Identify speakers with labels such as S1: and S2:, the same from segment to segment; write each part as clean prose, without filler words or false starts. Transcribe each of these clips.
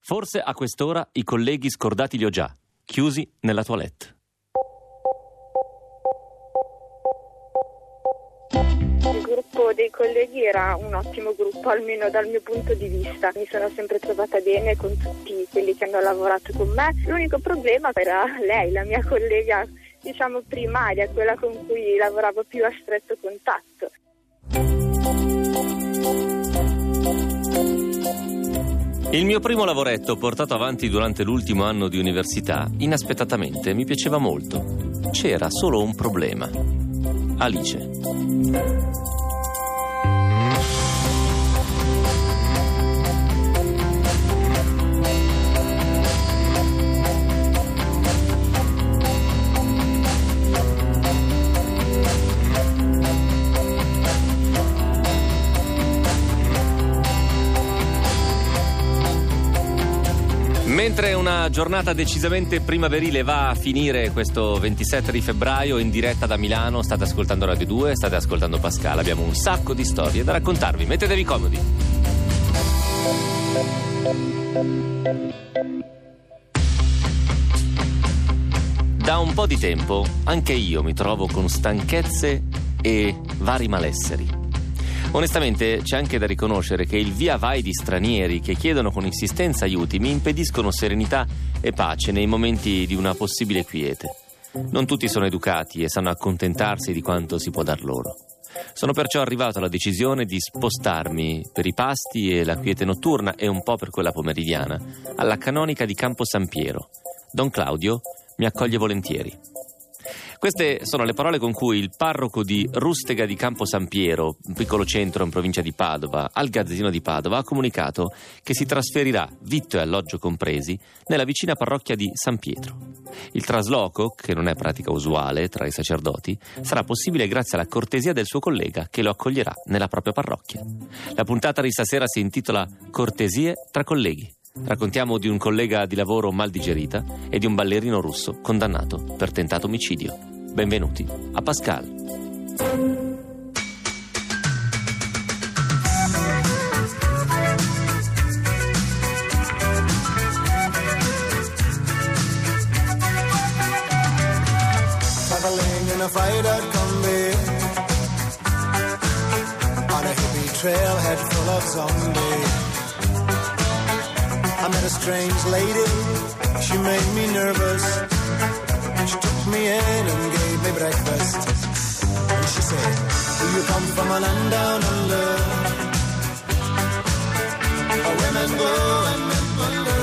S1: Forse a quest'ora i colleghi scordati li ho già, chiusi nella toilette.
S2: Il gruppo dei colleghi era un ottimo gruppo, almeno dal mio punto di vista. Mi sono sempre trovata bene con tutti quelli che hanno lavorato con me. L'unico problema era lei, la mia collega, diciamo primaria, quella con cui lavoravo più a stretto contatto.
S1: Il mio primo lavoretto, portato avanti durante l'ultimo anno di università, inaspettatamente mi piaceva molto. C'era solo un problema. Alice. Mentre una giornata decisamente primaverile va a finire questo 27 di febbraio in diretta da Milano, state ascoltando Radio 2, state ascoltando Pascal, abbiamo un sacco di storie da raccontarvi, mettetevi comodi. Da un po' di tempo anche io mi trovo con stanchezze e vari malesseri. Onestamente c'è anche da riconoscere che il via vai di stranieri che chiedono con insistenza aiuti mi impediscono serenità e pace nei momenti di una possibile quiete. Non tutti sono educati e sanno accontentarsi di quanto si può dar loro. Sono perciò arrivato alla decisione di spostarmi per i pasti e la quiete notturna e un po' per quella pomeridiana alla canonica di Campo San Piero. Don Claudio mi accoglie volentieri. Queste sono le parole con cui il parroco di Rustega di Campo San Piero, un piccolo centro in provincia di Padova, al Gazzino di Padova, ha comunicato che si trasferirà, vitto e alloggio compresi, nella vicina parrocchia di San Pietro. Il trasloco, che non è pratica usuale tra i sacerdoti, sarà possibile grazie alla cortesia del suo collega che lo accoglierà nella propria parrocchia. La puntata di stasera si intitola Cortesie tra colleghi. Raccontiamo di un collega di lavoro mal digerita e di un ballerino russo condannato per tentato omicidio. Benvenuti a Pascal.
S3: Traveling in a freighter combi on a hippie trailhead full of zombies. I met a strange lady, she made me nervous. She took me in and gave me breakfast. And she said, do you come from a land down under? Where men go and men wonder.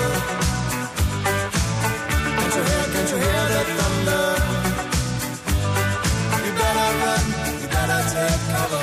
S3: Can't you hear the thunder? You better run, you better take cover.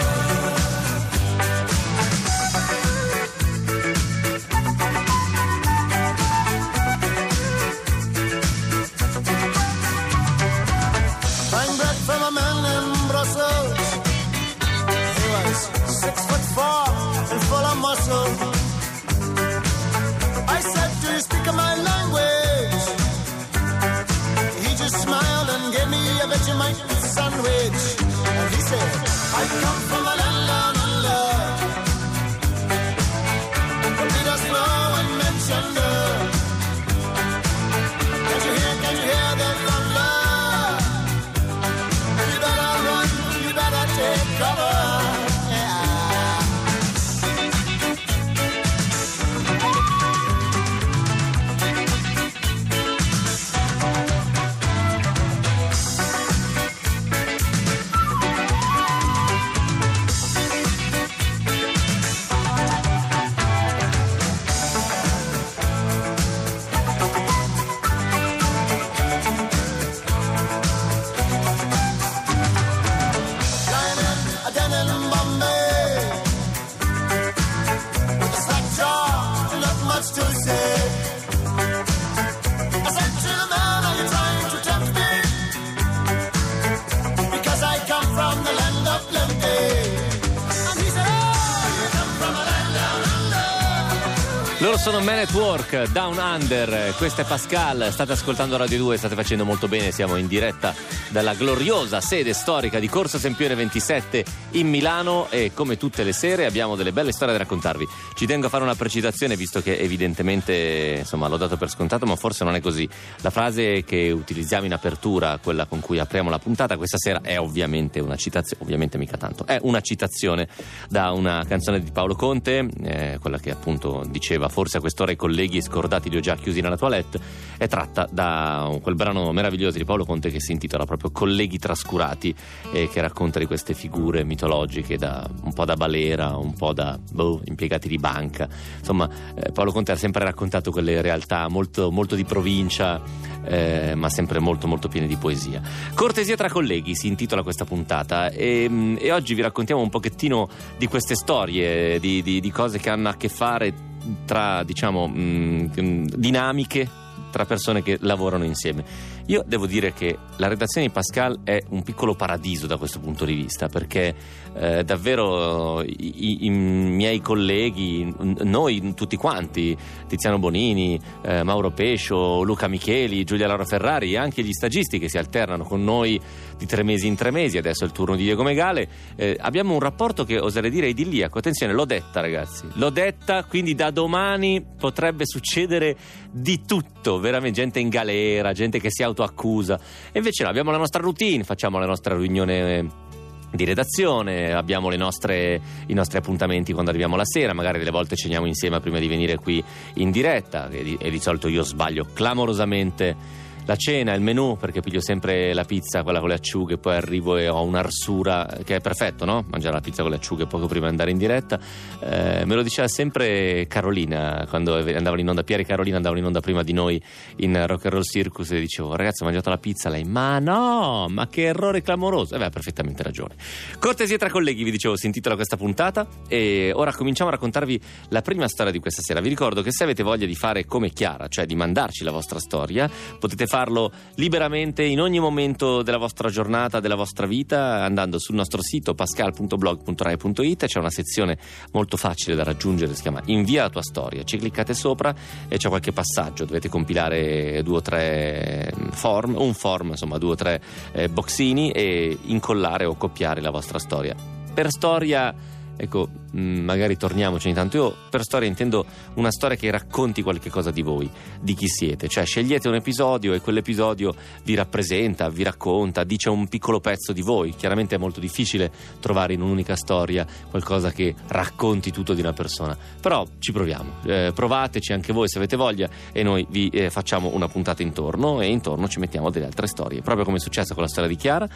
S3: I said, do you speak my language? He just smiled and gave me a Vegemite sandwich. And he said, I come from a land down under. The beaters blow and men thunder. Can't you hear the thunder? You better run, you better take cover.
S1: sono Men at Work, Down Under, questa è Pascal, state ascoltando Radio 2, state facendo molto bene, siamo in diretta dalla gloriosa sede storica di Corso Sempione 27 in Milano e come tutte le sere abbiamo delle belle storie da raccontarvi. Ci tengo a fare una precisazione visto che evidentemente, insomma, l'ho dato per scontato, ma forse non è così. La frase che utilizziamo in apertura, quella con cui apriamo la puntata questa sera, è ovviamente una citazione, ovviamente mica tanto, è una citazione da una canzone di Paolo Conte, quella che appunto diceva forse a quest'ora i colleghi scordati li ho già chiusi nella toilette, è tratta da quel brano meraviglioso di Paolo Conte che si intitola proprio Colleghi trascurati e che racconta di queste figure mitologiche un po' da balera, un po' da impiegati di banca. Insomma, Paolo Conte ha sempre raccontato quelle realtà molto, molto di provincia, ma sempre molto molto piene di poesia. Cortesia tra colleghi si intitola questa puntata e oggi vi raccontiamo un pochettino di queste storie, di cose che hanno a che fare tra, diciamo, dinamiche tra persone che lavorano insieme. Io devo dire che la redazione di Pascal è un piccolo paradiso da questo punto di vista, perché davvero i miei colleghi, noi tutti quanti, Tiziano Bonini, Mauro Pescio, Luca Micheli, Giulia Laura Ferrari e anche gli stagisti che si alternano con noi di 3 mesi in 3 mesi, adesso è il turno di Diego Megale, abbiamo un rapporto che oserei dire idilliaco. Attenzione, l'ho detta ragazzi, l'ho detta, quindi da domani potrebbe succedere di tutto, veramente, gente in galera, gente che si autoaccusa, e invece no, abbiamo la nostra routine, facciamo la nostra riunione di redazione, abbiamo i nostri appuntamenti quando arriviamo la sera, magari delle volte ceniamo insieme prima di venire qui in diretta e di solito io sbaglio clamorosamente la cena, il menù, perché piglio sempre la pizza, quella con le acciughe, poi arrivo e ho un'arsura che è perfetto, no? Mangiare la pizza con le acciughe poco prima di andare in diretta. Me lo diceva sempre Carolina, quando andavano in onda, Pieri e Carolina andavano in onda prima di noi in Rock and Roll Circus, e dicevo: ragazzi, ho mangiato la pizza. Lei: ma no, ma che errore clamoroso. Aveva perfettamente ragione. Cortesia tra colleghi, vi dicevo, si intitola questa puntata e ora cominciamo a raccontarvi la prima storia di questa sera. Vi ricordo che se avete voglia di fare come Chiara, cioè di mandarci la vostra storia, potete farlo liberamente in ogni momento della vostra giornata, della vostra vita, andando sul nostro sito pascal.blog.rai.it. C'è una sezione molto facile da raggiungere, si chiama Invia la tua storia, ci cliccate sopra e c'è qualche passaggio, dovete compilare 2 o 3 form, insomma 2 o 3 boxini e incollare o copiare la vostra storia. Per storia, ecco, magari torniamoci ogni tanto. Io per storia intendo una storia che racconti qualche cosa di voi, di chi siete, cioè scegliete un episodio e quell'episodio vi rappresenta, vi racconta, dice un piccolo pezzo di voi. Chiaramente è molto difficile trovare in un'unica storia qualcosa che racconti tutto di una persona, però ci proviamo, provateci anche voi se avete voglia e noi vi facciamo una puntata intorno, e intorno ci mettiamo delle altre storie, proprio come è successo con la storia di Chiara,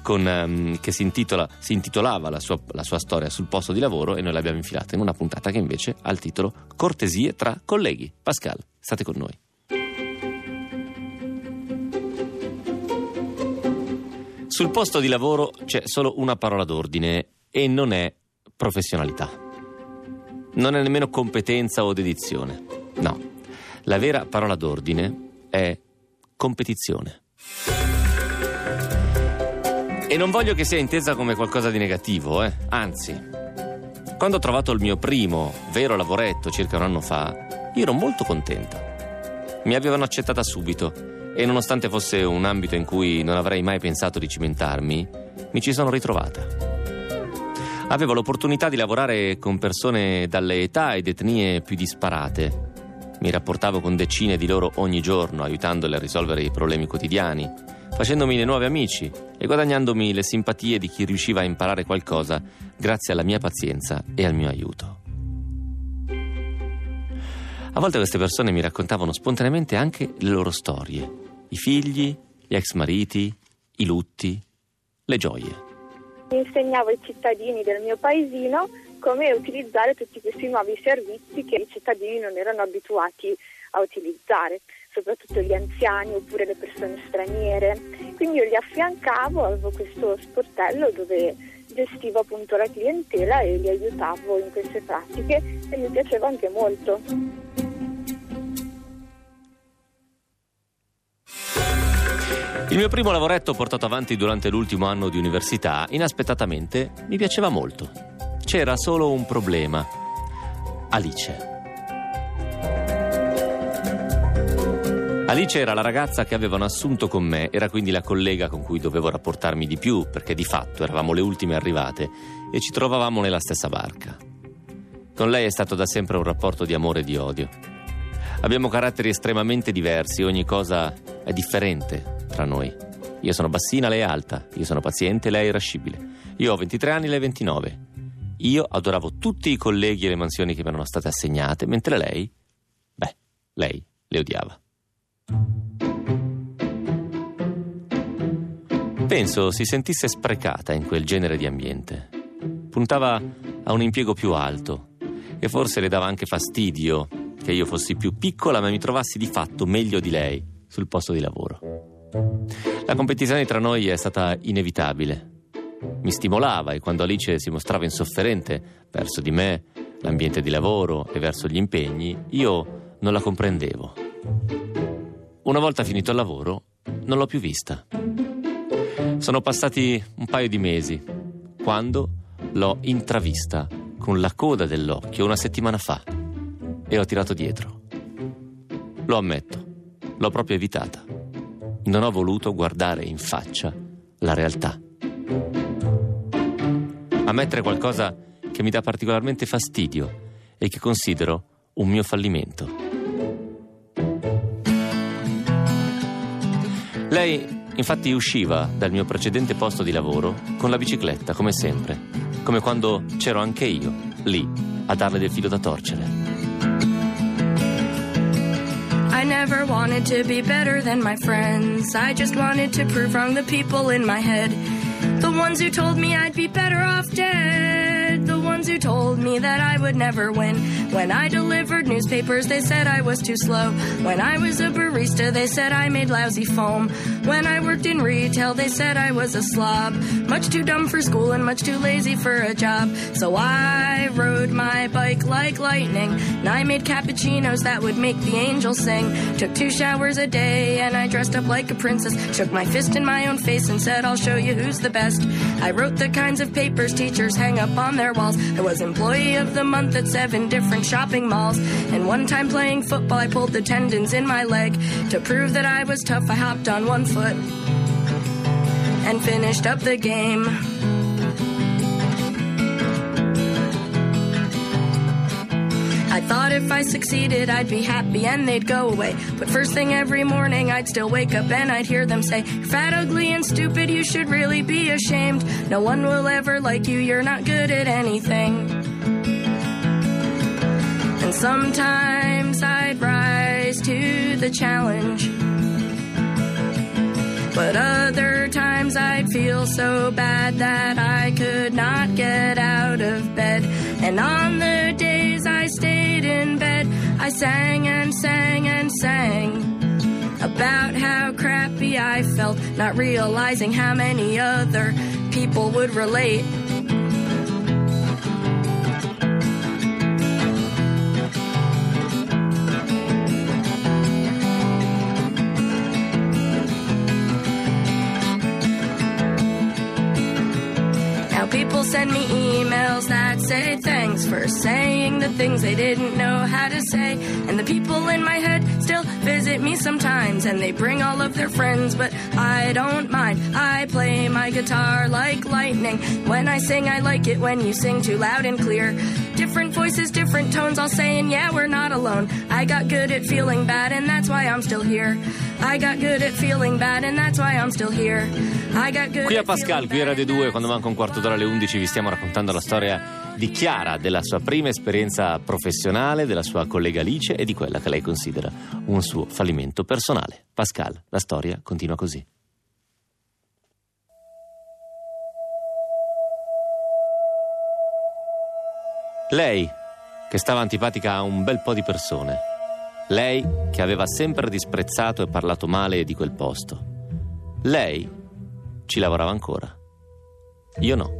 S1: che si intitolava la sua storia sul posto di lavoro, e noi l'abbiamo infilata in una puntata che invece ha il titolo Cortesie tra colleghi. Pascal, state con noi. Sul posto di lavoro c'è solo una parola d'ordine e non è professionalità. Non è nemmeno competenza o dedizione. No, la vera parola d'ordine è competizione. E non voglio che sia intesa come qualcosa di negativo, anzi. Quando ho trovato il mio primo vero lavoretto circa un anno fa, io ero molto contenta. Mi avevano accettata subito e nonostante fosse un ambito in cui non avrei mai pensato di cimentarmi, mi ci sono ritrovata. Avevo l'opportunità di lavorare con persone dalle età ed etnie più disparate. Mi rapportavo con decine di loro ogni giorno, aiutandole a risolvere i problemi quotidiani, facendomi dei nuovi amici e guadagnandomi le simpatie di chi riusciva a imparare qualcosa grazie alla mia pazienza e al mio aiuto. A volte queste persone mi raccontavano spontaneamente anche le loro storie, i figli, gli ex mariti, i lutti, le gioie.
S2: Insegnavo ai cittadini del mio paesino come utilizzare tutti questi nuovi servizi che i cittadini non erano abituati a utilizzare, soprattutto gli anziani oppure le persone straniere. Quindi io li affiancavo, avevo questo sportello dove gestivo appunto la clientela e li aiutavo in queste pratiche e mi piaceva anche molto.
S1: Il mio primo lavoretto portato avanti durante l'ultimo anno di università, inaspettatamente, mi piaceva molto. C'era solo un problema. Alice. Alice era la ragazza che avevano assunto con me, era quindi la collega con cui dovevo rapportarmi di più, perché di fatto eravamo le ultime arrivate e ci trovavamo nella stessa barca. Con lei è stato da sempre un rapporto di amore e di odio. Abbiamo caratteri estremamente diversi, ogni cosa è differente tra noi. Io sono bassina, lei è alta, io sono paziente, lei è irascibile. Io ho 23 anni, lei 29. Io adoravo tutti i colleghi e le mansioni che mi erano state assegnate, mentre lei le odiava. Penso si sentisse sprecata in quel genere di ambiente. Puntava a un impiego più alto e forse le dava anche fastidio che io fossi più piccola ma mi trovassi di fatto meglio di lei sul posto di lavoro. La competizione tra noi è stata inevitabile. Mi stimolava e quando Alice si mostrava insofferente verso di me, l'ambiente di lavoro e verso gli impegni, io non la comprendevo. Una volta finito il lavoro, non l'ho più vista. Sono passati un paio di mesi, quando l'ho intravista con la coda dell'occhio una settimana fa e ho tirato dietro. Lo ammetto, l'ho proprio evitata. Non ho voluto guardare in faccia la realtà. Ammettere qualcosa che mi dà particolarmente fastidio e che considero un mio fallimento. Lei infatti usciva dal mio precedente posto di lavoro con la bicicletta, come sempre, come quando c'ero anche io, lì, a darle del filo da torcere.
S4: I never wanted to be better than my friends. I just wanted to prove wrong the people in my head. The ones who told me I'd be better off dead. The ones who told me that I would never win. When I delivered newspapers, they said I was too slow. When I was a barista, they said I made lousy foam. When I worked in retail, they said I was a slob. Much too dumb for school and much too lazy for a job. So I rode my bike like lightning. And I made cappuccinos that would make the angels sing. Took 2 showers a day and I dressed up like a princess. Shook my fist in my own face and said, I'll show you who's the best. I wrote the kinds of papers teachers hang up on their walls. I was employee of the month at 7 different shopping malls. And one time playing football, I pulled the tendons in my leg. To prove that I was tough, I hopped on one foot and finished up the game. I thought if I succeeded, I'd be happy and they'd go away. But first thing every morning, I'd still wake up and I'd hear them say, you're fat, ugly, and stupid, you should really be ashamed. No one will ever like you, you're not good at anything. And sometimes I'd rise to the challenge. But other times I'd feel so bad that I could not get out of bed. And on the days I stayed in bed, I sang and sang and sang about how crappy I felt, not realizing how many other people would relate. People send me emails that say thanks for saying the things they didn't know how to say. And the people in my head still visit me sometimes, and they bring all of their friends, but I don't mind. I play my guitar like lightning. When I sing, I like it when you sing too loud and clear. Different voices, different tones, all saying, yeah, we're not alone. I got good at feeling bad, and that's why I'm still here. I got good at feeling bad, and that's why I'm still here.
S1: Qui a Pascal, qui a Radio 2, quando manca un quarto d'ora alle 11, vi stiamo raccontando la storia di Chiara, della sua prima esperienza professionale, della sua collega Alice e di quella che lei considera un suo fallimento personale. Pascal, la storia continua così. Lei, che stava antipatica a un bel po' di persone. Lei, che aveva sempre disprezzato e parlato male di quel posto. Lei ci lavorava ancora. Io no.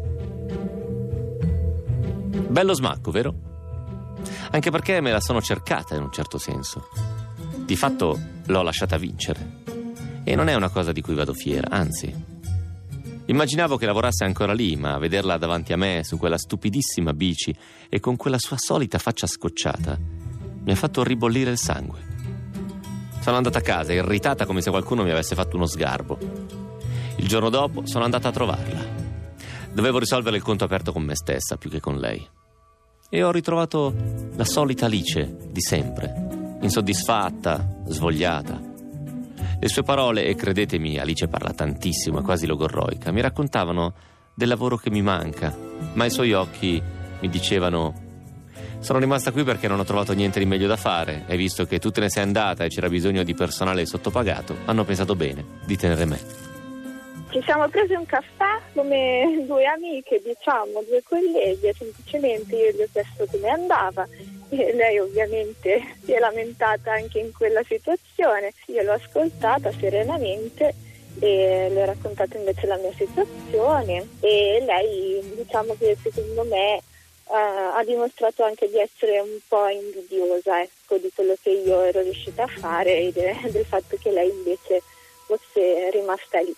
S1: Bello smacco, vero? Anche perché me la sono cercata in un certo senso. Di fatto l'ho lasciata vincere. E non è una cosa di cui vado fiera, anzi. Immaginavo che lavorasse ancora lì, ma vederla davanti a me su quella stupidissima bici e con quella sua solita faccia scocciata mi ha fatto ribollire il sangue. Sono andata a casa, irritata come se qualcuno mi avesse fatto uno sgarbo. Il giorno dopo sono andata a trovarla. Dovevo risolvere il conto aperto con me stessa più che con lei. E ho ritrovato la solita Alice di sempre, insoddisfatta, svogliata. Le sue parole, e credetemi, Alice parla tantissimo, è quasi logorroica, mi raccontavano del lavoro che mi manca, ma i suoi occhi mi dicevano: sono rimasta qui perché non ho trovato niente di meglio da fare, e visto che tu te ne sei andata e c'era bisogno di personale sottopagato, hanno pensato bene di tenere me.
S2: Ci siamo presi un caffè come due amiche, diciamo, due colleghe, semplicemente io gli ho chiesto come andava e lei ovviamente si è lamentata anche in quella situazione. Io l'ho ascoltata serenamente e le ho raccontato invece la mia situazione e lei, diciamo che secondo me ha dimostrato anche di essere un po' invidiosa, ecco, di quello che io ero riuscita a fare e del fatto che lei invece fosse rimasta lì.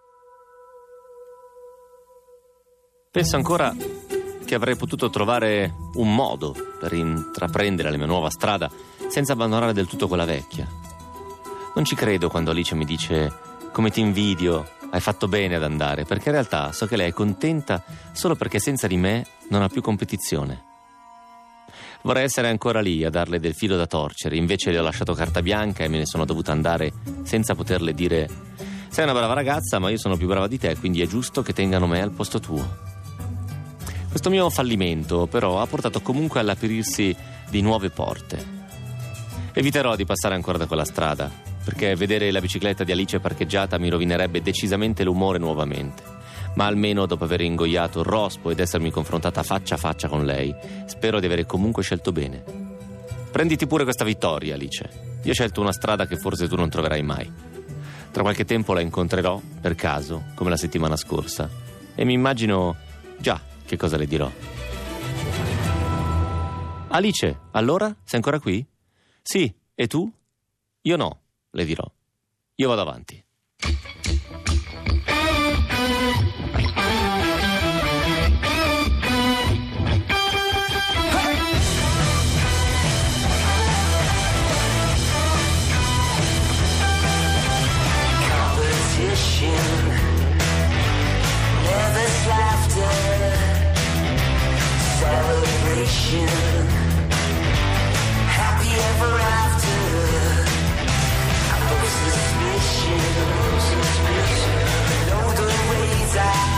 S1: Penso ancora che avrei potuto trovare un modo per intraprendere la mia nuova strada senza abbandonare del tutto quella vecchia. Non ci credo quando Alice mi dice: come ti invidio, hai fatto bene ad andare, perché in realtà so che lei è contenta solo perché senza di me non ha più competizione. Vorrei essere ancora lì a darle del filo da torcere, invece le ho lasciato carta bianca e me ne sono dovuta andare senza poterle dire: sei una brava ragazza, ma io sono più brava di te, quindi è giusto che tengano me al posto tuo. Questo mio fallimento, però, ha portato comunque all'aprirsi di nuove porte. Eviterò di passare ancora da quella strada, perché vedere la bicicletta di Alice parcheggiata mi rovinerebbe decisamente l'umore nuovamente. Ma almeno dopo aver ingoiato il rospo ed essermi confrontata faccia a faccia con lei, spero di avere comunque scelto bene. Prenditi pure questa vittoria, Alice. Io ho scelto una strada che forse tu non troverai mai. Tra qualche tempo la incontrerò, per caso, come la settimana scorsa, e mi immagino già che cosa le dirò. Alice, allora? Sei ancora qui? Sì, e tu? Io no, le dirò. Io vado avanti.
S5: Happy ever after. No suspicion. Know the ways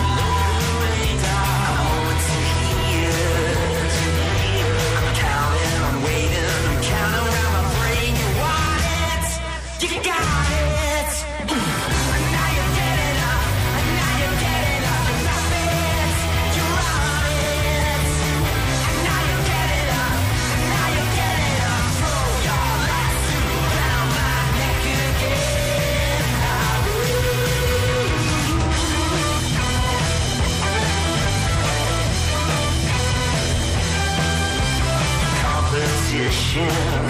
S5: I'm on to here. I'm counting, I'm waiting, I'm counting around my brain. You want it, you got it. And now you're getting up, and now you're getting up. You got it, you're on it. And now you're getting up, and now you're getting up. Throw your lasso around my neck again. Competition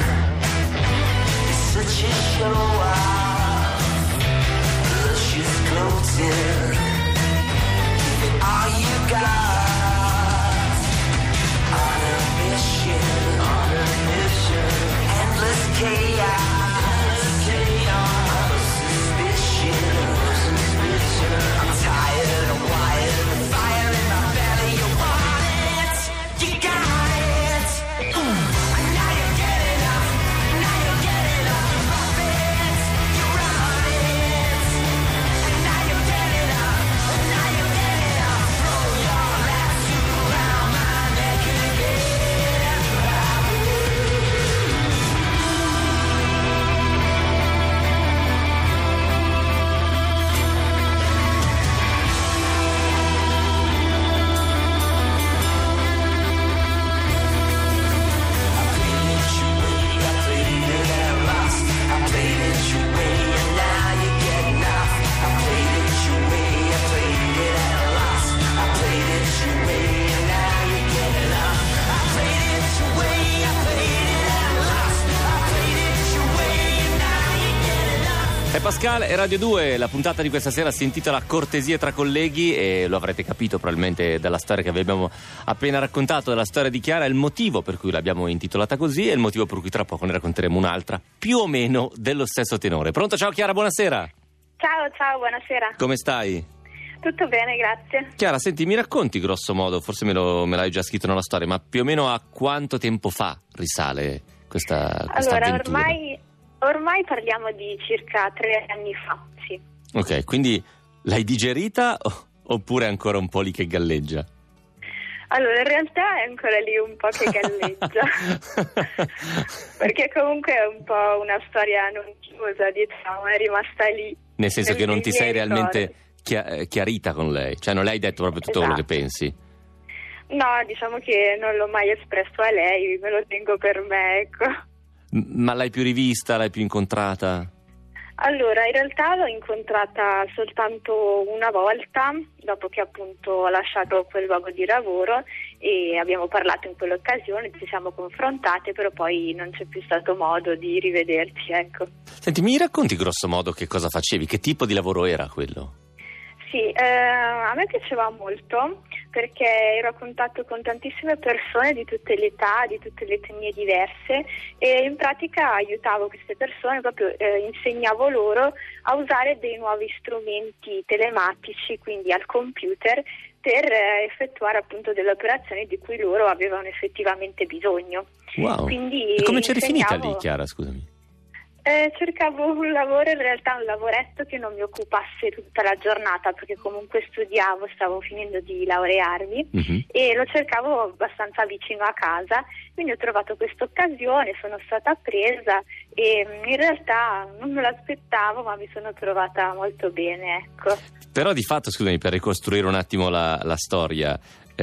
S5: is such a show off. She's gloating. Give it all you got. On a mission. Endless chaos. Suspicion. I'm tired, I'm wired, the fire in my belly. You want it, you got it. And now you're getting up, now you're getting up. You love it, you're on it. And now you're getting up, and now you're getting up. Throw your lasso around my neck again.
S1: È Pascal e Radio 2, la puntata di questa sera si intitola Cortesie tra colleghi e lo avrete capito probabilmente dalla storia che vi abbiamo appena raccontato, della storia di Chiara, il motivo per cui l'abbiamo intitolata così e il motivo per cui tra poco ne racconteremo un'altra, più o meno dello stesso tenore. Pronto? Ciao Chiara, buonasera.
S2: Ciao, buonasera.
S1: Come stai?
S2: Tutto bene, grazie.
S1: Chiara, senti, mi racconti grosso modo, forse me l'hai già scritto nella storia, ma più o meno a quanto tempo fa risale questa avventura?
S2: Ormai parliamo di circa 3 anni fa, sì.
S1: Ok, quindi l'hai digerita oppure è ancora un po' lì che galleggia?
S2: Allora, in realtà è ancora lì un po' che galleggia, perché comunque è un po' una storia non chiusa, diciamo, è rimasta lì.
S1: Nel senso che non ti sei realmente chiarita con lei, cioè non le hai detto proprio tutto quello che pensi?
S2: No, diciamo che non l'ho mai espresso a lei, me lo tengo per me, ecco.
S1: Ma l'hai più rivista, l'hai più incontrata?
S2: Allora, in realtà l'ho incontrata soltanto una volta, dopo che appunto ho lasciato quel luogo di lavoro e abbiamo parlato in quell'occasione, ci siamo confrontate, però poi non c'è più stato modo di rivederci, ecco.
S1: Senti, mi racconti grosso modo che cosa facevi? Che tipo di lavoro era quello?
S2: Sì, a me piaceva molto perché ero a contatto con tantissime persone di tutte le età, di tutte le etnie diverse e in pratica aiutavo queste persone, proprio insegnavo loro a usare dei nuovi strumenti telematici, quindi al computer, per effettuare appunto delle operazioni di cui loro avevano effettivamente bisogno.
S1: Wow,
S2: quindi
S1: e come c'eri finita lì, Chiara, scusami?
S2: Cercavo un lavoro, in realtà un lavoretto che non mi occupasse tutta la giornata perché comunque studiavo, stavo finendo di laurearmi e lo cercavo abbastanza vicino a casa, quindi ho trovato questa occasione, sono stata presa e in realtà non me l'aspettavo ma mi sono trovata molto bene, ecco.
S1: Però di fatto, scusami, per ricostruire un attimo la storia,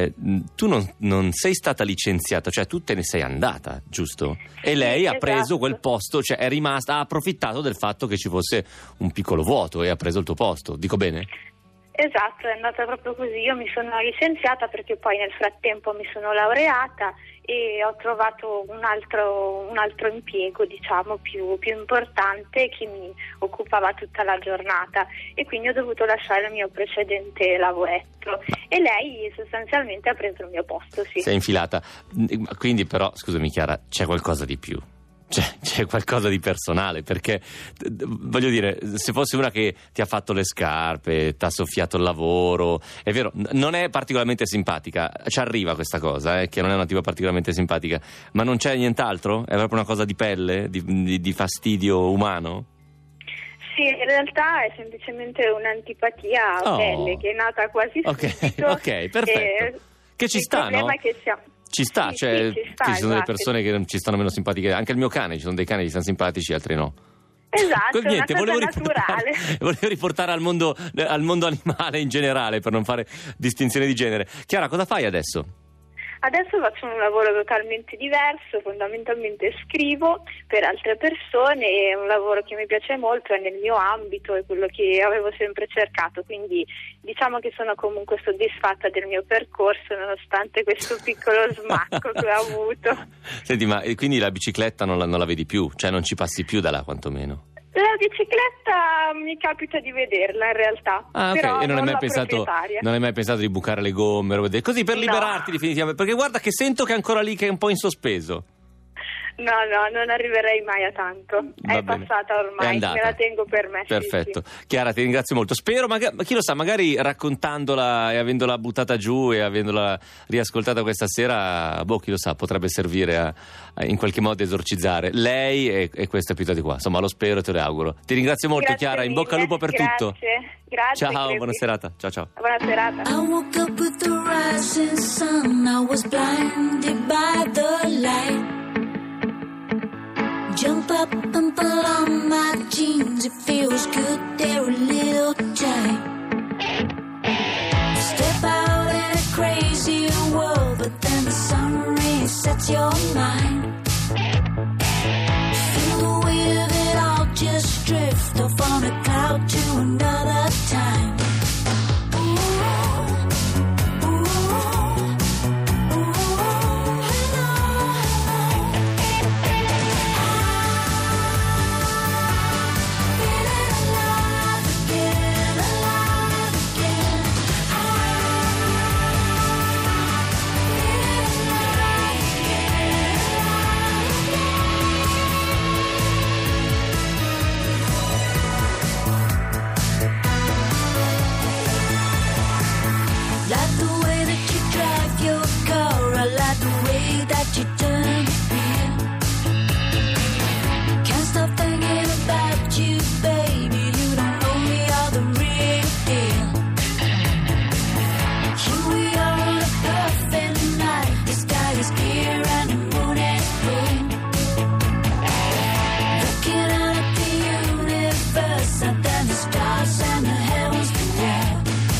S1: tu non sei stata licenziata, cioè tu te ne sei andata, giusto? E lei ha preso quel posto, cioè è rimasta, ha approfittato del fatto che ci fosse un piccolo vuoto e ha preso il tuo posto, dico bene?
S2: Esatto, è andata proprio così. Io mi sono licenziata perché poi nel frattempo mi sono laureata e ho trovato un altro impiego, diciamo, più importante che mi occupava tutta la giornata e quindi ho dovuto lasciare il mio precedente lavoretto e lei sostanzialmente ha preso il mio posto, sì.
S1: Sei infilata. Quindi però, scusami Chiara, c'è qualcosa di più. C'è qualcosa di personale, perché voglio dire, se fosse una che ti ha fatto le scarpe, ti ha soffiato il lavoro, è vero, non è particolarmente simpatica, ci arriva questa cosa, che non è una tipa particolarmente simpatica, ma non c'è nient'altro? È proprio una cosa di pelle, di fastidio umano?
S2: Sì, in realtà è semplicemente un'antipatia a pelle che è nata quasi subito.
S1: Ok, perfetto. Che ci sta, no?
S2: È che siamo...
S1: Ci sta,
S2: sì,
S1: cioè
S2: ci sta,
S1: ci sono delle persone che ci stanno meno simpatiche, anche il mio cane, ci sono dei cani che stanno simpatici, altri no.
S2: Esatto,
S1: niente,
S2: è una cosa naturale.
S1: Volevo riportare al mondo animale in generale, per non fare distinzione di genere. Chiara, cosa fai adesso?
S2: Adesso faccio un lavoro totalmente diverso, fondamentalmente scrivo per altre persone, è un lavoro che mi piace molto, è nel mio ambito, è quello che avevo sempre cercato, quindi diciamo che sono comunque soddisfatta del mio percorso nonostante questo piccolo smacco che ho avuto.
S1: Senti, ma quindi la bicicletta non la vedi più? Cioè non ci passi più da là quantomeno?
S2: La bicicletta mi capita di vederla in realtà, però
S1: e non hai
S2: mai
S1: mai pensato di bucare le gomme, così per liberarti definitivamente, perché guarda che sento che è ancora lì, che è un po' in sospeso.
S2: No, non arriverei mai a tanto. È passata ormai, me la tengo per me.
S1: Perfetto.
S2: Sì.
S1: Chiara, ti ringrazio molto. Spero, chi lo sa, magari raccontandola e avendola buttata giù e avendola riascoltata questa sera, chi lo sa, potrebbe servire a in qualche modo esorcizzare lei e questa episodio di qua. Insomma, lo spero e te lo auguro. Ti ringrazio molto,
S2: Grazie
S1: Chiara, in bocca al lupo per tutto.
S2: Grazie.
S1: Ciao, buona serata. Ciao.
S2: Buona serata.
S6: I woke up with the rising sun. I was blinded by the light. Jump up and pull on my jeans. It feels good, they're a little tight. Step out in a crazy world, but then the sun resets your mind. Feel the weight of it all, just drift off on a cloud to another time. Feeling left you turn to beer. Can't stop thinking about you, baby. You don't know we are the real deal. Here we are on a perfect night. The sky is clear and the moon is blue. Looking out at the universe, and then the stars and the heavens below.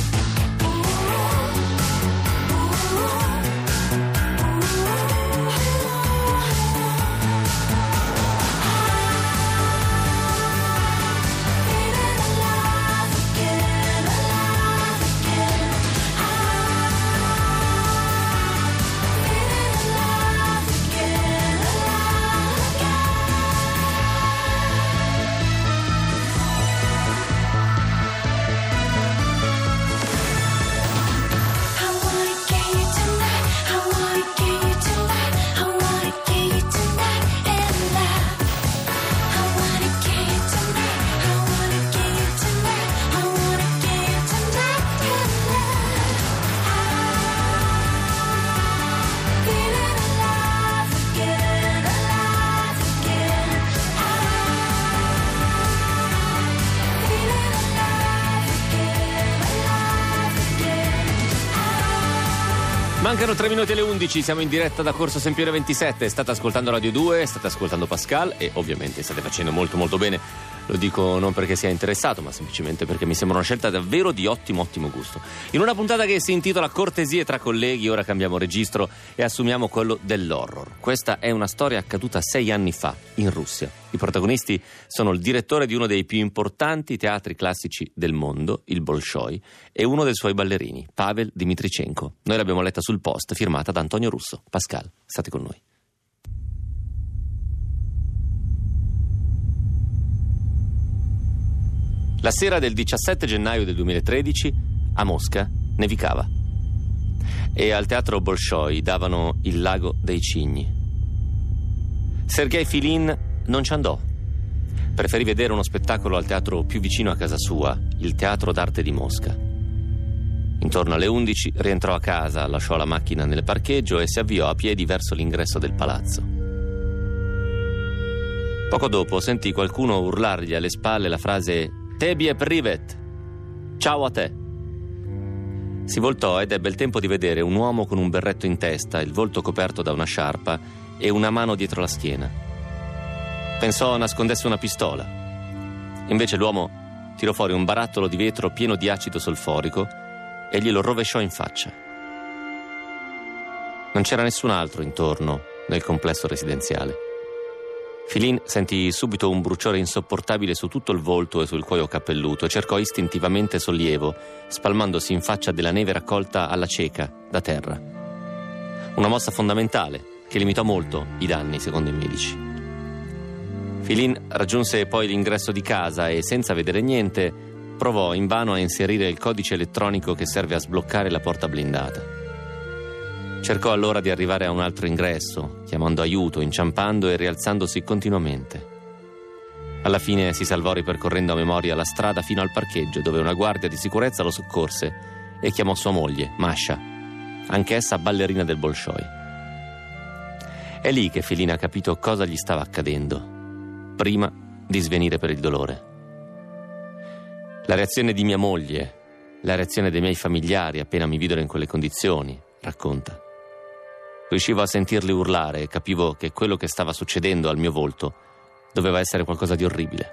S1: Mancano 3 minuti alle 11, siamo in diretta da Corso Sempione 27, state ascoltando Radio 2, state ascoltando Pascal e ovviamente state facendo molto molto bene, lo dico non perché sia interessato ma semplicemente perché mi sembra una scelta davvero di ottimo gusto. In una puntata che si intitola Cortesie tra colleghi, ora cambiamo registro e assumiamo quello dell'horror. Questa è una storia accaduta 6 anni fa in Russia. I protagonisti sono il direttore di uno dei più importanti teatri classici del mondo, il Bolshoi, e uno dei suoi ballerini, Pavel Dmitrichenko. Noi l'abbiamo letta sul Post, firmata da Antonio Russo. Pascal, state con noi. La sera del 17 gennaio del 2013, a Mosca, nevicava. E al teatro Bolshoi davano Il lago dei cigni. Sergei Filin non ci andò. Preferì vedere uno spettacolo al teatro più vicino a casa sua, il Teatro d'Arte di Mosca. Intorno alle 11 rientrò a casa, lasciò la macchina nel parcheggio e si avviò a piedi verso l'ingresso del palazzo. Poco dopo sentì qualcuno urlargli alle spalle la frase "Tebie privet", ciao a te. Si voltò ed ebbe il tempo di vedere un uomo con un berretto in testa, il volto coperto da una sciarpa e una mano dietro la schiena. Pensò nascondesse una pistola. Invece l'uomo tirò fuori un barattolo di vetro pieno di acido solforico e glielo rovesciò in faccia. Non c'era nessun altro intorno nel complesso residenziale. Filin sentì subito un bruciore insopportabile su tutto il volto e sul cuoio cappelluto e cercò istintivamente sollievo, spalmandosi in faccia della neve raccolta alla cieca da terra. Una mossa fondamentale che limitò molto i danni, secondo i medici. Filin raggiunse poi l'ingresso di casa e, senza vedere niente, provò invano a inserire il codice elettronico che serve a sbloccare la porta blindata. Cercò allora di arrivare a un altro ingresso, chiamando aiuto, inciampando e rialzandosi continuamente. Alla fine si salvò ripercorrendo a memoria la strada fino al parcheggio, dove una guardia di sicurezza lo soccorse e chiamò sua moglie, Masha, anch'essa ballerina del Bolshoi. È lì che Filin ha capito cosa gli stava accadendo, prima di svenire per il dolore. La reazione di mia moglie, la reazione dei miei familiari appena mi videro in quelle condizioni, racconta. Riuscivo a sentirli urlare e capivo che quello che stava succedendo al mio volto doveva essere qualcosa di orribile.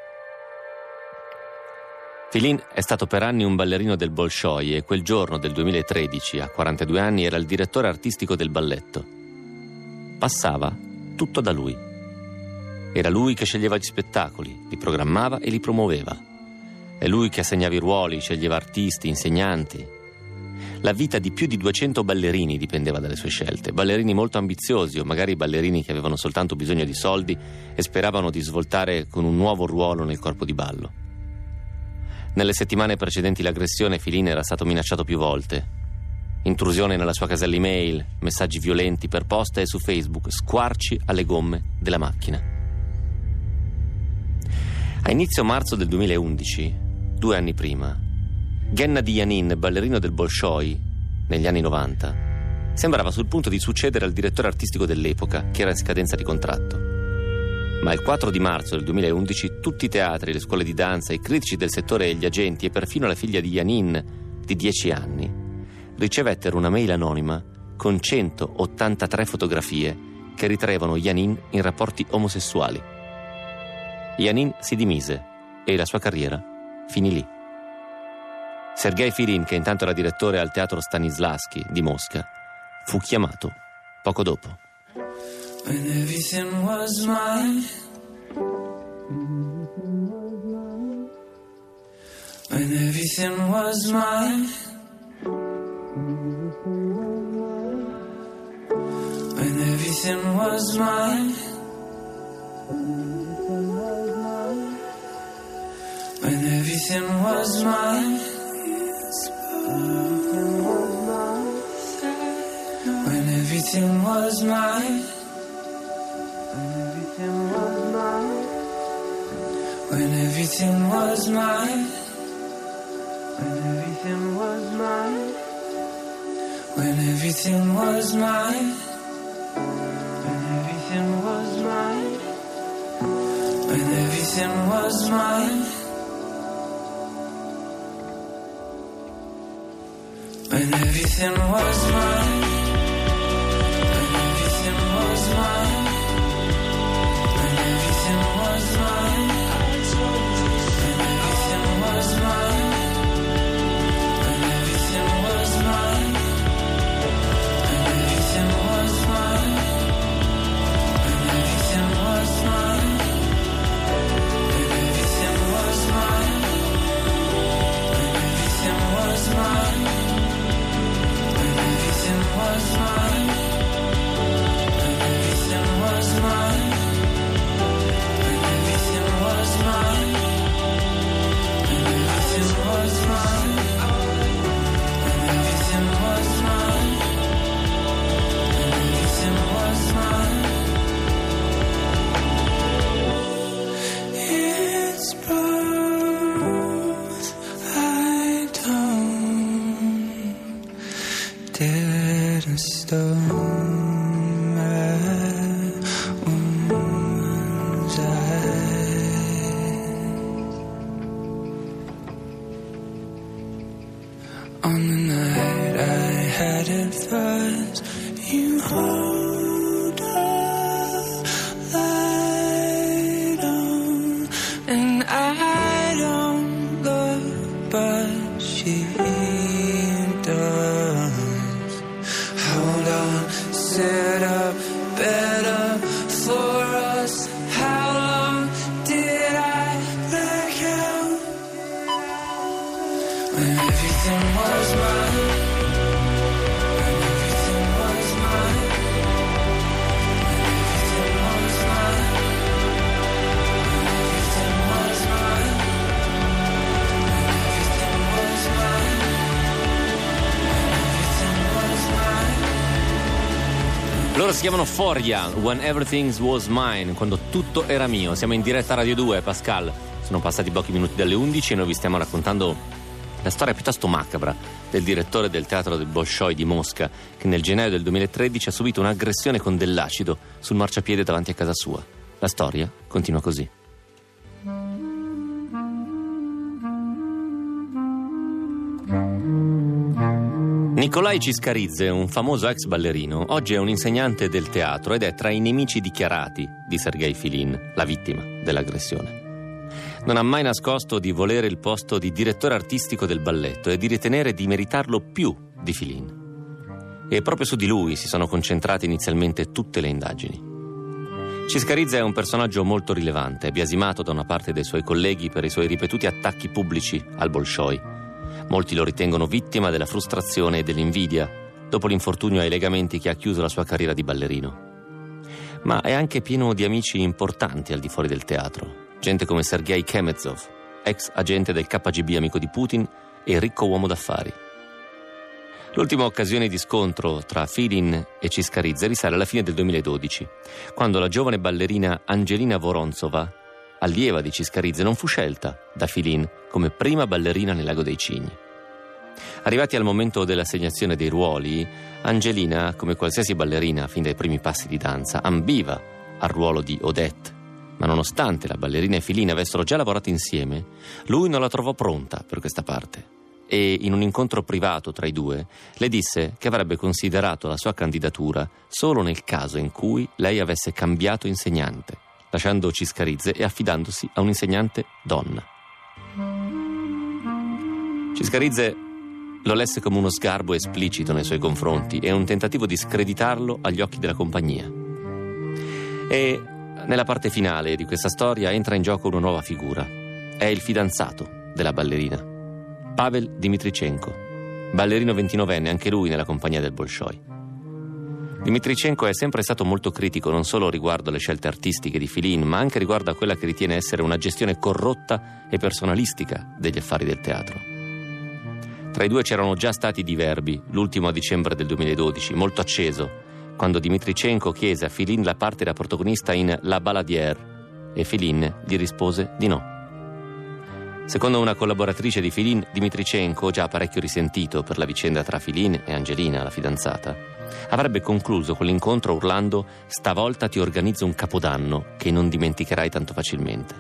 S1: Filin è stato per anni un ballerino del Bolshoi e quel giorno del 2013, a 42 anni, era il direttore artistico del balletto. Passava tutto da lui. Era lui che sceglieva gli spettacoli, li programmava e li promuoveva. È lui che assegnava i ruoli, sceglieva artisti, insegnanti. La vita di più di 200 ballerini dipendeva dalle sue scelte. Ballerini molto ambiziosi o magari ballerini che avevano soltanto bisogno di soldi e speravano di svoltare con un nuovo ruolo nel corpo di ballo. Nelle settimane precedenti l'aggressione, Filin era stato minacciato più volte. Intrusione nella sua casella email, messaggi violenti per posta e su Facebook, squarci alle gomme della macchina. A inizio marzo del 2011, 2 anni prima, Gennady Yanin, ballerino del Bolshoi negli anni 90, sembrava sul punto di succedere al direttore artistico dell'epoca, che era in scadenza di contratto. Ma il 4 di marzo del 2011 tutti i teatri, le scuole di danza, i critici del settore e gli agenti e perfino la figlia di Janine, di 10 anni, ricevettero una mail anonima con 183 fotografie che ritraevano Janine in rapporti omosessuali. Janine si dimise e la sua carriera finì lì. Sergej Filin, che intanto era direttore al teatro Stanislavski di Mosca, fu chiamato poco dopo.
S5: When everything was mine, when everything was mine, when everything was mine, when everything was mine, when everything was mine. When everything was mine, when everything was mine, when everything was mine, when everything was mine, when everything was mine, when everything was mine, when everything was mine, when everything was mine. On the night I had it first, you hold a light on, and I don't look, but she does. Hold on, set up better for us. How long did I black out? When everything was mine, when everything was mine, when everything was mine, when everything was mine, when everything was mine, when everything was mine.
S1: Loro si chiamano Foria, When Everything Was Mine, quando tutto era mio. Siamo in diretta a Radio 2, Pascal. Sono passati pochi minuti dalle 11 e noi vi stiamo raccontando la storia piuttosto macabra del direttore del teatro del Bolshoi di Mosca, che nel gennaio del 2013 ha subito un'aggressione con dell'acido sul marciapiede davanti a casa sua. La storia continua così. Nikolai Ciscaridze, un famoso ex ballerino, oggi è un insegnante del teatro ed è tra i nemici dichiarati di Sergej Filin, la vittima dell'aggressione. Non ha mai nascosto di volere il posto di direttore artistico del balletto e di ritenere di meritarlo più di Filin. E proprio su di lui si sono concentrate inizialmente tutte le indagini. Ciscaridze è un personaggio molto rilevante, biasimato da una parte dei suoi colleghi per i suoi ripetuti attacchi pubblici al Bolshoi. Molti lo ritengono vittima della frustrazione e dell'invidia dopo l'infortunio ai legamenti che ha chiuso la sua carriera di ballerino. Ma è anche pieno di amici importanti al di fuori del teatro. Gente come Sergei Kemezov, ex agente del KGB amico di Putin e ricco uomo d'affari. L'ultima occasione di scontro tra Filin e Ciscaridze risale alla fine del 2012, quando la giovane ballerina Angelina Vorontsova, allieva di Ciscaridze, non fu scelta da Filin come prima ballerina nel Lago dei Cigni. Arrivati al momento dell'assegnazione dei ruoli, Angelina, come qualsiasi ballerina fin dai primi passi di danza, ambiva al ruolo di Odette, ma nonostante la ballerina e Philin avessero già lavorato insieme, lui non la trovò pronta per questa parte e in un incontro privato tra i due le disse che avrebbe considerato la sua candidatura solo nel caso in cui lei avesse cambiato insegnante, lasciando Ciscarizze e affidandosi a un insegnante donna. Ciscarizze lo lesse come uno sgarbo esplicito nei suoi confronti e un tentativo di screditarlo agli occhi della compagnia. E nella parte finale di questa storia entra in gioco una nuova figura. È il fidanzato della ballerina, Pavel Dmitrichenko, ballerino 29enne, anche lui nella compagnia del Bolshoi. Dmitrichenko è sempre stato molto critico non solo riguardo alle scelte artistiche di Philin, ma anche riguardo a quella che ritiene essere una gestione corrotta e personalistica degli affari del teatro. Tra i due c'erano già stati diverbi, l'ultimo a dicembre del 2012, molto acceso, quando Dmitrichenko chiese a Philin la parte da protagonista in La Baladière e Philin gli rispose di no. Secondo una collaboratrice di Philin, Dmitrichenko, già parecchio risentito per la vicenda tra Philin e Angelina, la fidanzata, avrebbe concluso quell'incontro urlando: «Stavolta ti organizzo un capodanno che non dimenticherai tanto facilmente».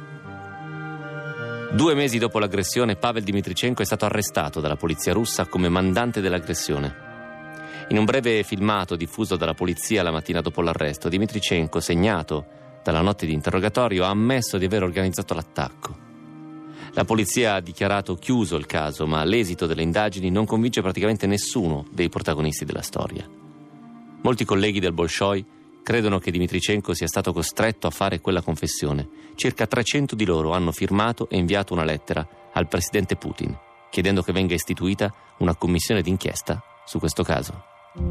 S1: 2 mesi dopo l'aggressione, Pavel Dmitrichenko è stato arrestato dalla polizia russa come mandante dell'aggressione. In un breve filmato diffuso dalla polizia la mattina dopo l'arresto, Dmitrichenko, segnato dalla notte di interrogatorio, ha ammesso di aver organizzato l'attacco. La polizia ha dichiarato chiuso il caso, ma l'esito delle indagini non convince praticamente nessuno dei protagonisti della storia. Molti colleghi del Bolshoi credono che Dmitrichenko sia stato costretto a fare quella confessione. Circa 300 di loro hanno firmato e inviato una lettera al presidente Putin, chiedendo che venga istituita una commissione d'inchiesta su questo caso.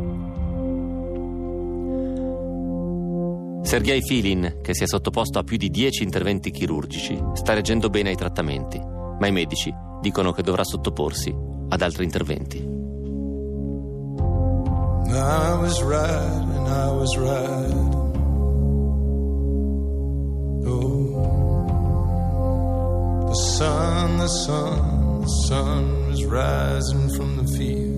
S1: Sergei Philin, che si è sottoposto a più di 10 interventi chirurgici, sta reagendo bene ai trattamenti, ma i medici dicono che dovrà sottoporsi ad altri interventi.
S3: I was right and I was right. Oh, the sun was rising from the field.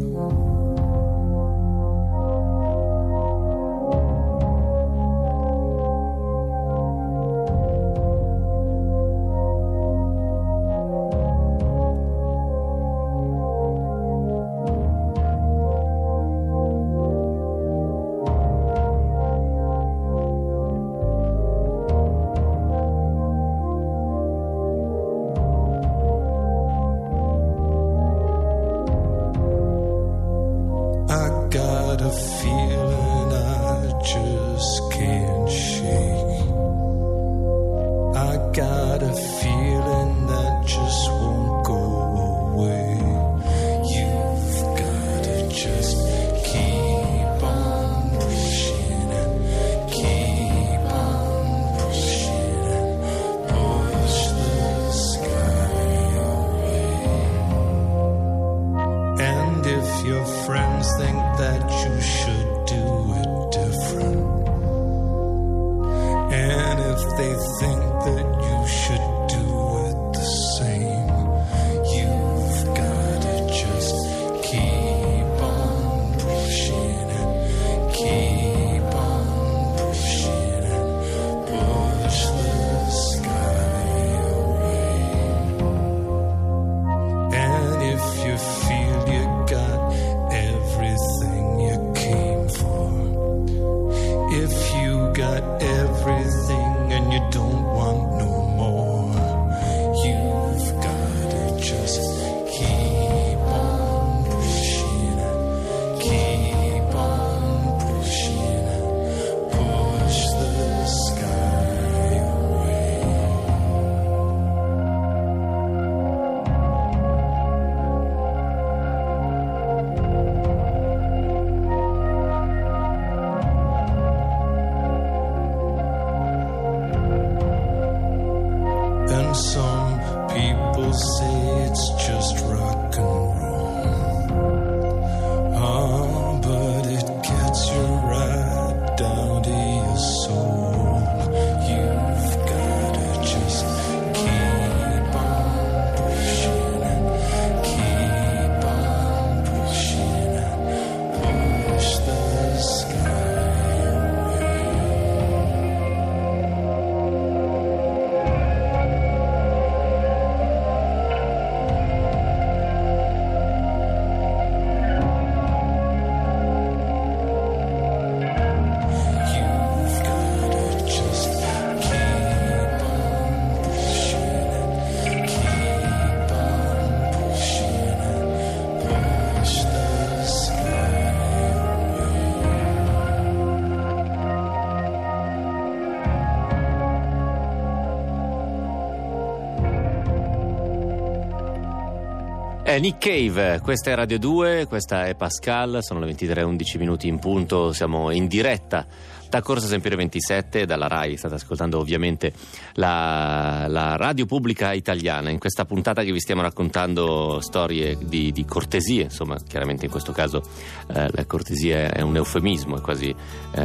S1: Nick Cave, questa è Radio 2, questa è Pascal, sono le 23:11 in punto, siamo in diretta da Corso Sempione 27, dalla RAI. State ascoltando ovviamente la radio pubblica italiana. In questa puntata che vi stiamo raccontando storie di cortesie, insomma, chiaramente in questo caso la cortesia è un eufemismo, è quasi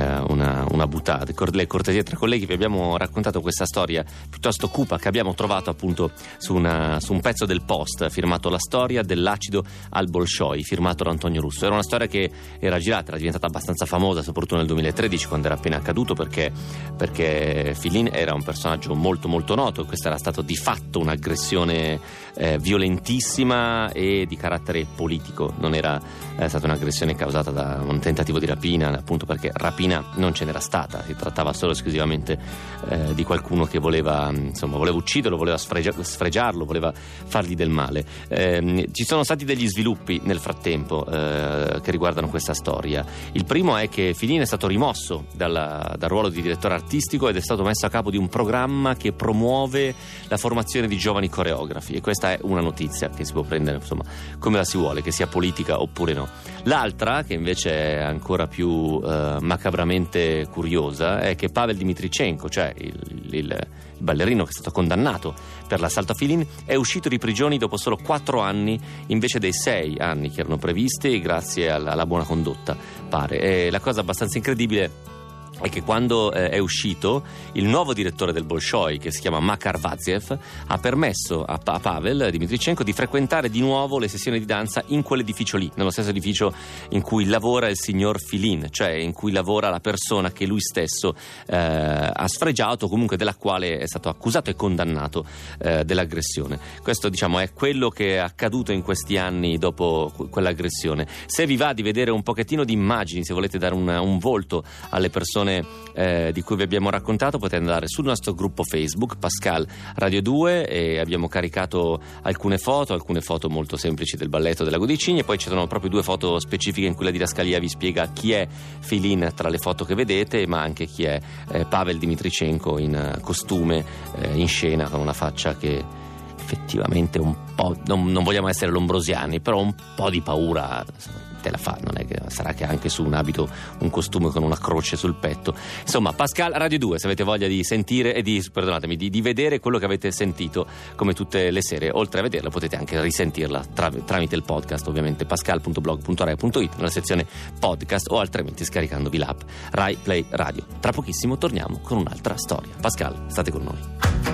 S1: una buttata. Le cortesie tra colleghi. Vi abbiamo raccontato questa storia piuttosto cupa che abbiamo trovato appunto su un pezzo del Post firmato La storia dell'acido al Bolshoi, firmato da Antonio Russo. Era una storia che era girata, era diventata abbastanza famosa soprattutto nel 2013, quando era appena accaduto, perché Filin era un personaggio molto molto noto. Questa era stato di fatto un'aggressione violentissima e di carattere politico, non era stata un'aggressione causata da un tentativo di rapina, appunto perché rapina non ce n'era stata, si trattava solo esclusivamente di qualcuno che voleva ucciderlo, voleva sfregiarlo, voleva fargli del male. Ci sono stati degli sviluppi nel frattempo che riguardano questa storia. Il primo è che Filin è stato rimosso dal ruolo di direttore artistico ed è stato messo a capo di un programma che promuove la formazione di giovani coreografi, e questa è una notizia che si può prendere insomma come la si vuole, che sia politica oppure no. L'altra, che invece è ancora più macabramente curiosa, è che Pavel Dmitrichenko, cioè il ballerino che è stato condannato per l'assalto a Filin, è uscito di prigione dopo solo 4 anni invece dei 6 anni che erano previsti, grazie alla buona condotta, pare. E la cosa abbastanza incredibile è che quando è uscito, il nuovo direttore del Bolshoi, che si chiama Makar Vaziev, ha permesso a Pavel Dmitrichenko di frequentare di nuovo le sessioni di danza in quell'edificio lì, nello stesso edificio in cui lavora il signor Filin, cioè in cui lavora la persona che lui stesso ha sfregiato, comunque della quale è stato accusato e condannato dell'aggressione. Questo, diciamo, è quello che è accaduto in questi anni dopo quell'aggressione. Se vi va di vedere un pochettino di immagini, se volete dare un volto alle persone di cui vi abbiamo raccontato, potete andare sul nostro gruppo Facebook Pascal Radio 2, e abbiamo caricato alcune foto molto semplici del balletto della Godicini, e poi ci sono proprio 2 foto specifiche in cui la didascalia vi spiega chi è Filin tra le foto che vedete, ma anche chi è Pavel Dmitrichenko in costume, in scena, con una faccia che effettivamente un po', non vogliamo essere lombrosiani, però un po' di paura te la fa, non è che sarà che anche su un abito, un costume con una croce sul petto. Insomma, Pascal Radio 2, se avete voglia di sentire e di vedere quello che avete sentito, come tutte le sere, oltre a vederla potete anche risentirla tramite il podcast, ovviamente pascal.blog.rai.it nella sezione podcast, o altrimenti scaricandovi l'app Rai Play Radio. Tra pochissimo torniamo con un'altra storia. Pascal, state con noi.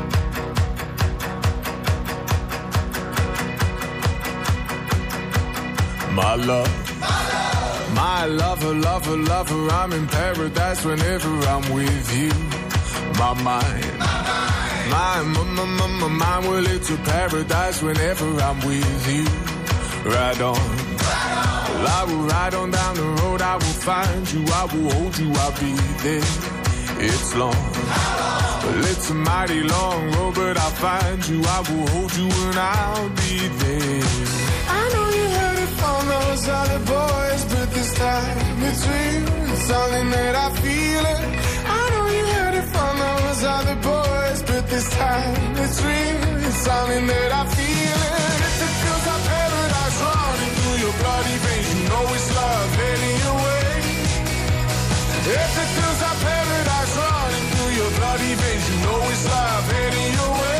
S7: My love, my lover, lover, lover, I'm in paradise whenever I'm with you. My mind, my mind, well, it's a paradise whenever I'm with you. Ride on, well, I will ride on down the road, I will find you, I will hold you, I'll be there. It's long, well, it's a mighty long road, but I'll find you, I will hold you, and I'll be there. I know you heard it from those other boys, but this time it's real, it's something that I feel it. I know you heard it from those other boys, but this time it's real, it's something that I feel it. If it feels like paradise running through your bloody veins, you know it's love heading your way. If it feels like paradise running through your bloody veins, you know it's love heading your way.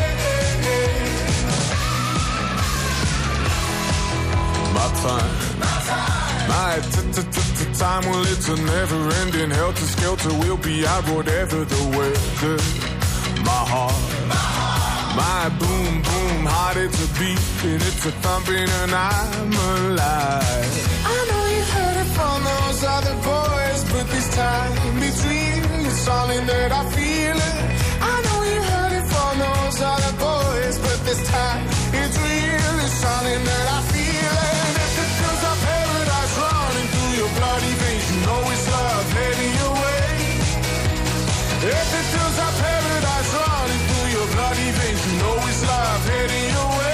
S7: My time, my time, well, it's a never-ending helter-skelter. We'll be out whatever the weather. My heart, my boom, boom heart, it's a beating, it's a thumping, and I'm alive. I know you heard it from those other boys, but this time it's real, it's something that I feel it. I know you heard it from those other boys, but this time it's real, it's something that I feel it. Your bloody veins, you know it's love heading your way. If it feels like paradise running through your bloody veins, you know it's love heading your way.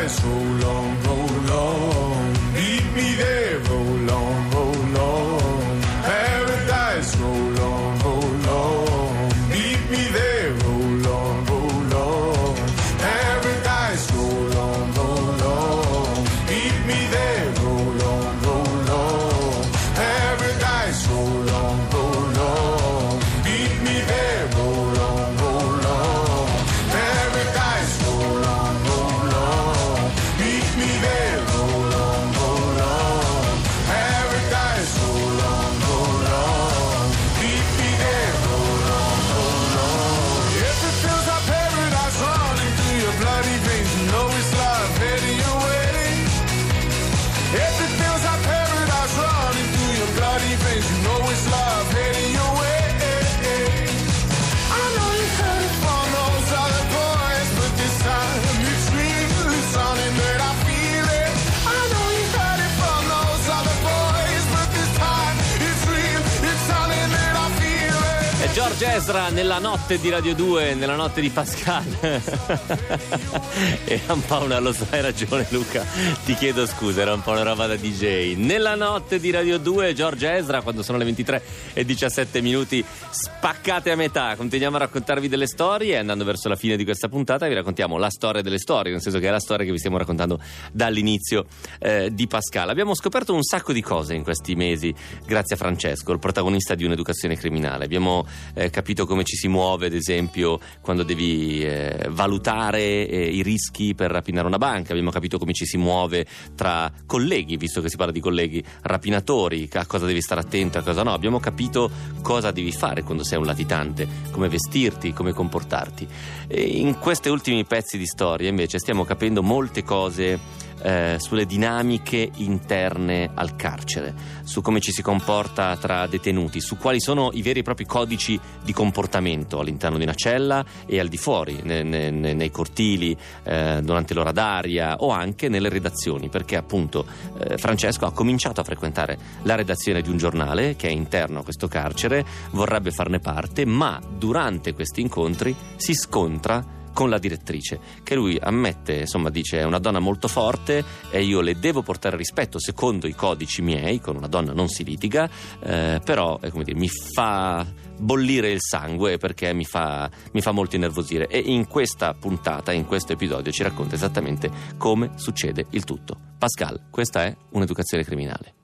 S7: Paradise, roll on, roll on. Meet me there, roll on, roll on. Paradise, roll on, roll on. Meet me there, roll on, roll on. Paradise, roll on, roll on. Meet me there, roll on, roll on. Paradise, roll on, roll on. Meet me there, roll on, roll on. Paradise, roll on, roll on. Meet me there, roll on, roll on. Paradise, roll on, roll on. Meet me there, roll on, roll on. If it feels like paradise running through your bloody veins, you know it's love heading your way. If it feels like paradise running through your bloody veins, you know it's love heading your way. I know you've heard it from those other boys, but this time it's real, it's something that I feel it. I know you've heard it from those other boys, but this time it's real, it's something that I feel it.
S1: È George Ezra nella notte di Radio 2, nella notte di Pascal. Era un po' una, lo so, hai ragione Luca, ti chiedo scusa, era un po' una roba da DJ. Nella notte di Radio 2, George Ezra, quando sono le 23:17, spaccate a metà. Continuiamo a raccontarvi delle storie, andando verso la fine di questa puntata vi raccontiamo la storia delle storie, nel senso che è la storia che vi stiamo raccontando dall'inizio di Pascal. Abbiamo scoperto un sacco di cose in questi mesi grazie a Francesco, il protagonista di Un'educazione criminale. Abbiamo capito come ci si muove, ad esempio, quando devi valutare i rischi per rapinare una banca. Abbiamo capito come ci si muove tra colleghi, visto che si parla di colleghi rapinatori, a cosa devi stare attento, a cosa no. Abbiamo capito cosa devi fare quando sei un latitante, come vestirti, come comportarti. E in questi ultimi pezzi di storia invece stiamo capendo molte cose sulle dinamiche interne al carcere, su come ci si comporta tra detenuti, su quali sono i veri e propri codici di comportamento all'interno di una cella e al di fuori, nei cortili, durante l'ora d'aria o anche nelle redazioni, perché appunto Francesco ha cominciato a frequentare la redazione di un giornale che è interno a questo carcere, vorrebbe farne parte, ma durante questi incontri si scontra con la direttrice, che lui ammette, insomma, dice è una donna molto forte e io le devo portare rispetto secondo i codici miei, con una donna non si litiga, però come dire, mi fa bollire il sangue perché mi fa molto innervosire. E in questa puntata, in questo episodio, ci racconta esattamente come succede il tutto. Pascal, questa è Un'educazione criminale.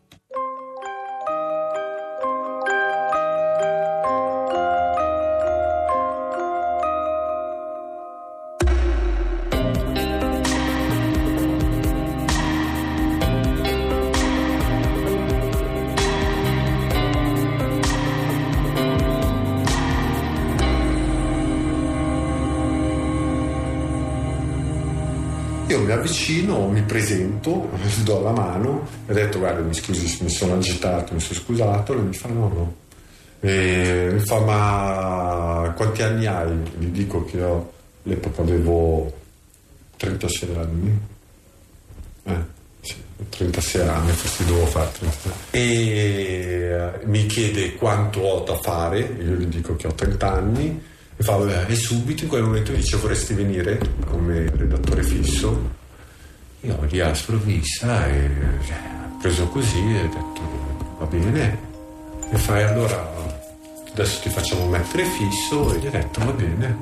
S8: Io mi avvicino, mi presento, do la mano e ho detto guarda mi scusi, mi sono agitato, mi sono scusato. Lui mi fa no. E mi fa ma quanti anni hai? Gli dico che io all'epoca avevo 36 anni. Sì, 36 anni, forse dovevo fare 36. E mi chiede quanto ho da fare, io gli dico che ho 30 anni. E fa, e subito in quel momento mi dice vorresti venire come redattore fisso? Io lì alla sprovvista e ho preso così e ho detto va bene. E fai allora adesso ti facciamo mettere fisso, e gli ho detto va bene.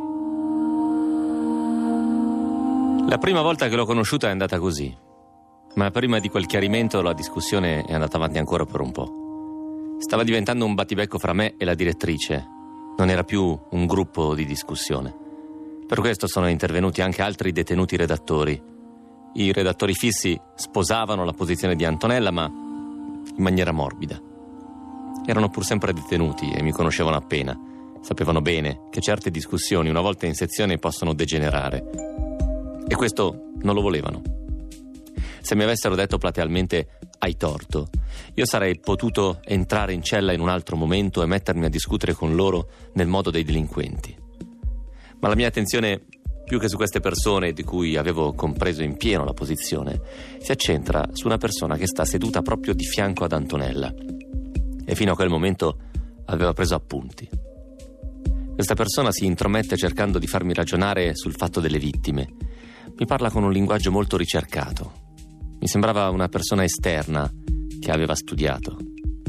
S1: La prima volta che l'ho conosciuta è andata così, ma prima di quel chiarimento la discussione è andata avanti ancora per un po'. Stava diventando un battibecco fra me e la direttrice. Non era più un gruppo di discussione. Per questo sono intervenuti anche altri detenuti redattori. I redattori fissi sposavano la posizione di Antonella, ma in maniera morbida. Erano pur sempre detenuti e mi conoscevano appena. Sapevano bene che certe discussioni, una volta in sezione, possono degenerare. E questo non lo volevano. Se mi avessero detto platealmente hai torto, io sarei potuto entrare in cella in un altro momento e mettermi a discutere con loro nel modo dei delinquenti. Ma la mia attenzione, più che su queste persone di cui avevo compreso in pieno la posizione, si accentra su una persona che sta seduta proprio di fianco ad Antonella e fino a quel momento aveva preso appunti. Questa persona si intromette cercando di farmi ragionare sul fatto delle vittime, mi parla con un linguaggio molto ricercato. Mi sembrava una persona esterna che aveva studiato.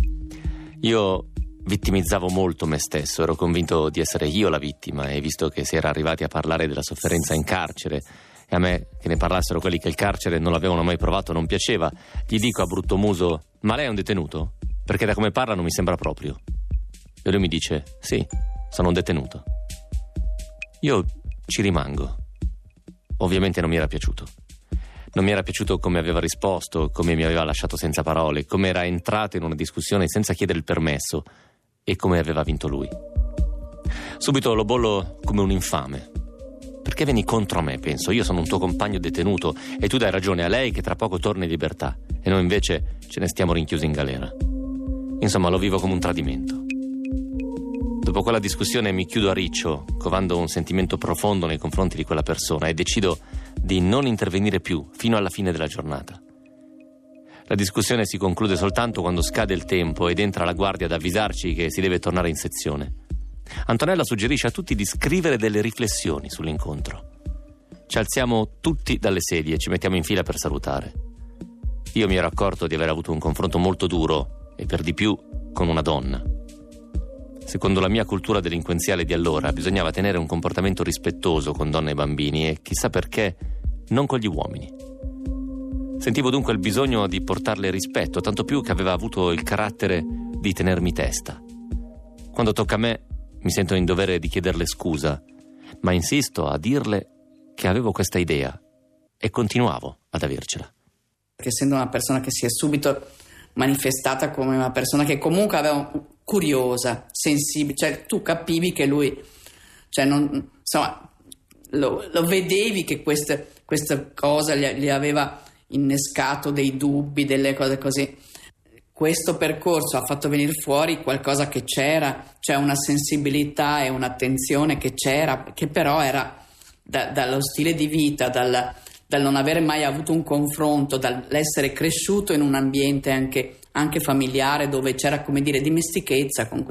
S1: Io vittimizzavo molto me stesso, ero convinto di essere io la vittima, e visto che si era arrivati a parlare della sofferenza in carcere e a me che ne parlassero quelli che il carcere non l'avevano mai provato non piaceva, gli dico a brutto muso: ma lei è un detenuto? Perché da come parlano mi sembra proprio. E lui mi dice: sì, sono un detenuto. Io ci rimango. Ovviamente non mi era piaciuto. Non mi era piaciuto come aveva risposto, come mi aveva lasciato senza parole, come era entrato in una discussione senza chiedere il permesso e come aveva vinto lui. Subito lo bollo come un infame. Perché vieni contro me, penso? Io sono un tuo compagno detenuto e tu dai ragione a lei che tra poco torna in libertà e noi invece ce ne stiamo rinchiusi in galera. Insomma, lo vivo come un tradimento. Dopo quella discussione mi chiudo a riccio, covando un sentimento profondo nei confronti di quella persona, e decido di non intervenire più fino alla fine della giornata. La discussione si conclude soltanto quando scade il tempo ed entra la guardia ad avvisarci che si deve tornare in sezione. Antonella suggerisce a tutti di scrivere delle riflessioni sull'incontro. Ci alziamo tutti dalle sedie e ci mettiamo in fila per salutare. Io mi ero accorto di aver avuto un confronto molto duro e per di più con una donna. Secondo la mia cultura delinquenziale di allora, bisognava tenere un comportamento rispettoso con donne e bambini e, chissà perché, non con gli uomini. Sentivo dunque il bisogno di portarle rispetto, tanto più che aveva avuto il carattere di tenermi testa. Quando tocca a me, mi sento in dovere di chiederle scusa, ma insisto a dirle che avevo questa idea e continuavo ad avercela.
S9: Perché essendo una persona che si è subito manifestata come una persona che comunque aveva curiosa, sensibile, cioè tu capivi che lui, cioè non, insomma, lo vedevi che questa cosa gli aveva innescato dei dubbi, delle cose così. Questo percorso ha fatto venire fuori qualcosa che c'era, cioè una sensibilità e un'attenzione che c'era, che però era dallo stile di vita, dal non avere mai avuto un confronto, dall'essere cresciuto in un ambiente anche familiare dove c'era, come dire, dimestichezza con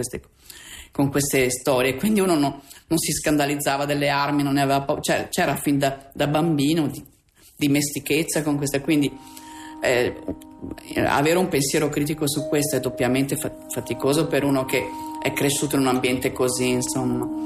S9: queste storie. Quindi uno non si scandalizzava delle armi, non ne aveva paura, cioè, c'era fin da bambino dimestichezza con queste. Quindi avere un pensiero critico su questo è doppiamente faticoso per uno che è cresciuto in un ambiente così, insomma.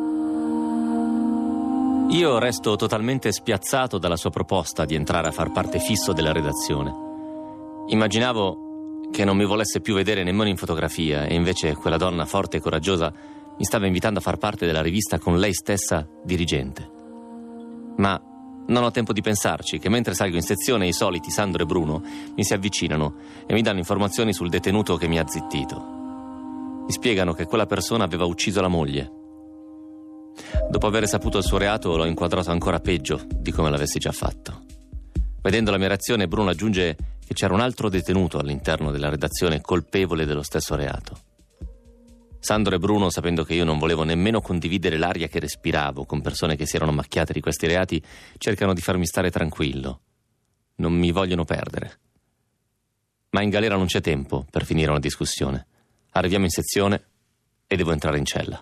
S1: Io resto totalmente spiazzato dalla sua proposta di entrare a far parte fisso della redazione. Immaginavo che non mi volesse più vedere nemmeno in fotografia e invece quella donna forte e coraggiosa mi stava invitando a far parte della rivista con lei stessa dirigente. Ma non ho tempo di pensarci che mentre salgo in sezione i soliti Sandro e Bruno mi si avvicinano e mi danno informazioni sul detenuto che mi ha zittito. Mi spiegano che quella persona aveva ucciso la moglie. Dopo aver saputo il suo reato l'ho inquadrato ancora peggio di come l'avessi già fatto. Vedendo la mia reazione, Bruno aggiunge che c'era un altro detenuto all'interno della redazione colpevole dello stesso reato. Sandro e Bruno, sapendo che io non volevo nemmeno condividere l'aria che respiravo con persone che si erano macchiate di questi reati, cercano di farmi stare tranquillo. Non mi vogliono perdere. Ma in galera non c'è tempo per finire una discussione. Arriviamo in sezione e devo entrare in cella.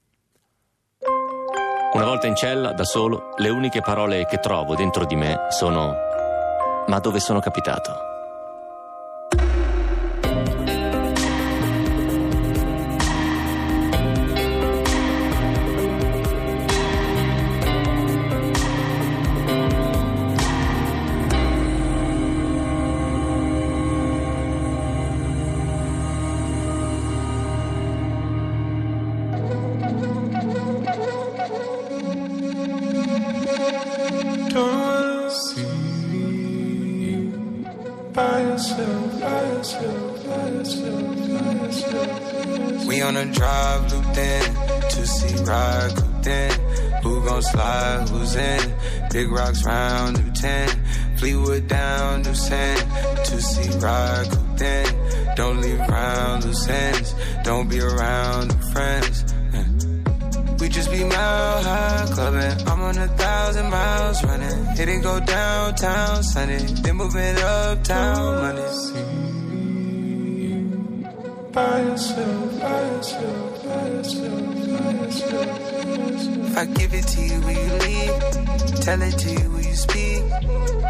S1: Una volta in cella, da solo, le uniche parole che trovo dentro di me sono: ma dove sono capitato?
S10: We on a drive, looped in, 2C ride, cooped in. Who gon' slide, who's in? Big rocks round, new 10. Fleetwood down, new 10. 2C ride, cooped in. Don't leave around loose ends. Don't be around new friends. We just be mile high clubbing. I'm on 1,000 miles running. Hit it go downtown Sunday. Then moving uptown Monday. By yourself, by yourself, by yourself, by yourself. If I give it to you, will you leave? Tell it to you, will you speak?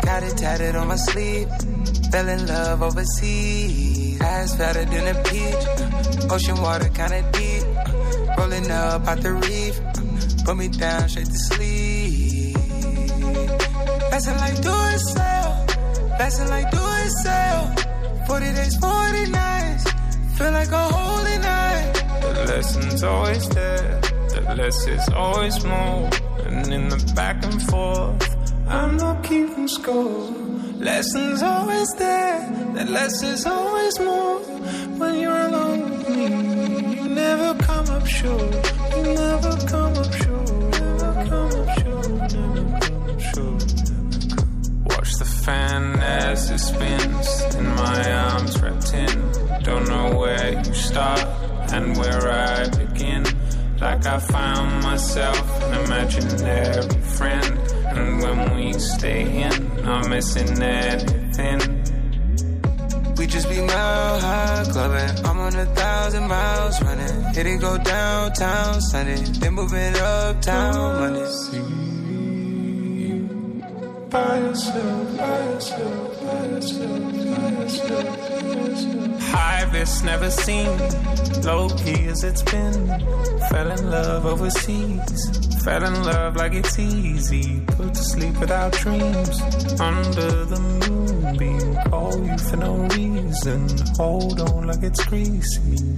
S10: got it tatted on my sleeve. Fell in love overseas, eyes fatter than a peach. Ocean water kinda deep, rolling up out the reef. Put me down straight to sleep. Passing like do it sell, passing like do it sell. 40 days, 40 nights, feel like a holy night.
S7: The lesson's always there, the less is always more. And in the back and forth, I'm not keeping score. Lessons always there, the less is always more. When you're alone with me, you never come up short. You never come up short. Never come up short. Never come up short. Watch the fan as it spins in my arms wrapped in. Don't know where you start and where I begin. Like I found myself an imaginary friend. And when we stay in, I'm missing anything.
S10: We just be mile high clubbing. I'm on 1,000 miles running. Hit it go downtown Sunday, then moving uptown Monday.
S7: See you by yourself, by yourself, by yourself, by yourself, by yourself. High this never seen, low key as it's been. Fell in love overseas, fell in love like it's easy. Put to sleep without dreams, under the moonbeam. Call you for no reason, hold on like it's greasy.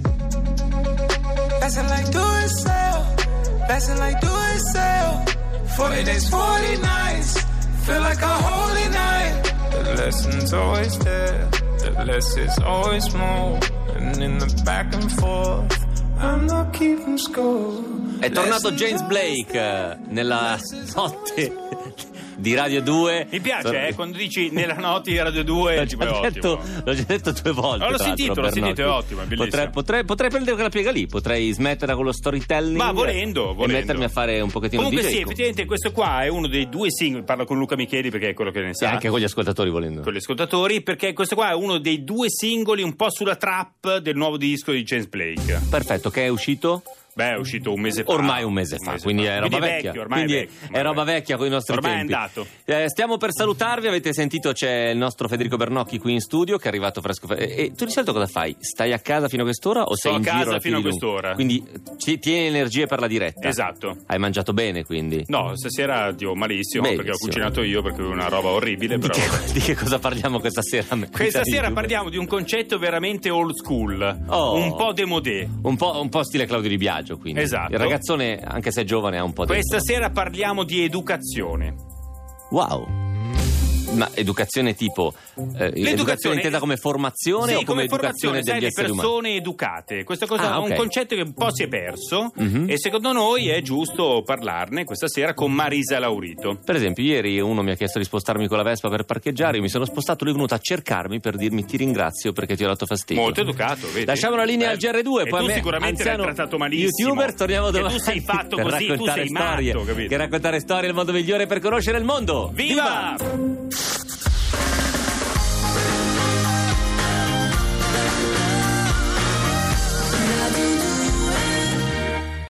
S10: Passing like do it sell, passing like do it sell. 40 days, 40 nights, feel like a holy night.
S7: The lesson's always there, the less is always more. And in the back and forth, I'm not keeping score.
S1: È tornato James Blake nella notte di Radio 2.
S11: Mi piace, quando dici nella notte di Radio 2 è ottimo.
S1: L'ho già detto 2 volte.
S11: L'ho sentito, è ottimo, è bellissimo.
S1: Potrei prendere quella piega lì, potrei smetterla con lo storytelling.
S11: Ma volendo.
S1: E mettermi a fare un pochettino di
S11: Comunque
S1: DJ.
S11: sì, effettivamente questo qua è uno dei 2 singoli, parlo con Luca Micheli perché è quello che ne sa.
S1: E anche con gli ascoltatori volendo.
S11: Con gli ascoltatori, perché questo qua è uno dei 2 singoli un po' sulla trap del nuovo disco di James Blake.
S1: Perfetto, che è uscito?
S11: Beh, è uscito un mese fa.
S1: Ormai un mese fa, quindi è roba vecchia.
S11: Ormai
S1: è roba vecchia con i nostri
S11: ormai
S1: tempi.
S11: Ormai è andato.
S1: Stiamo per salutarvi, avete sentito c'è il nostro Federico Bernocchi qui in studio che è arrivato fresco. E tu di solito cosa fai? Stai a casa fino a quest'ora o sei in giro?
S11: Sto a casa fino a quest'ora.
S1: Quindi tieni energie per la diretta.
S11: Esatto.
S1: Hai mangiato bene quindi?
S11: No, stasera malissimo perché ho cucinato io perché è una roba orribile. Però
S1: di che cosa parliamo questa sera?
S11: Questa sera parliamo di un concetto veramente old school, un po' démodé.
S1: Un po' stile Claudio Di Biagio quindi.
S11: Esatto.
S1: Il ragazzone, anche se è giovane, ha un po' di...
S11: Questa sera parliamo di educazione.
S1: Wow. Ma educazione tipo educazione intesa come formazione,
S11: sì,
S1: o come educazione degli esseri umani?
S11: Persone educate. Questa cosa è un concetto che un po' si è perso e secondo noi è giusto parlarne questa sera con Marisa Laurito.
S1: Per esempio, ieri uno mi ha chiesto di spostarmi con la Vespa per parcheggiare, io mi sono spostato, lui è venuto a cercarmi per dirmi ti ringrazio perché ti ho dato fastidio.
S11: Molto educato, vedi?
S1: Lasciamo la linea al GR2
S11: e
S1: poi
S11: tu sicuramente l'hai trattato malissimo.
S1: YouTuber, torniamo domani.
S11: Tu sei fatto
S1: per
S11: così, tu sei
S1: storie,
S11: matto, capito?
S1: Che raccontare storie è il modo migliore per conoscere il mondo.
S11: Viva!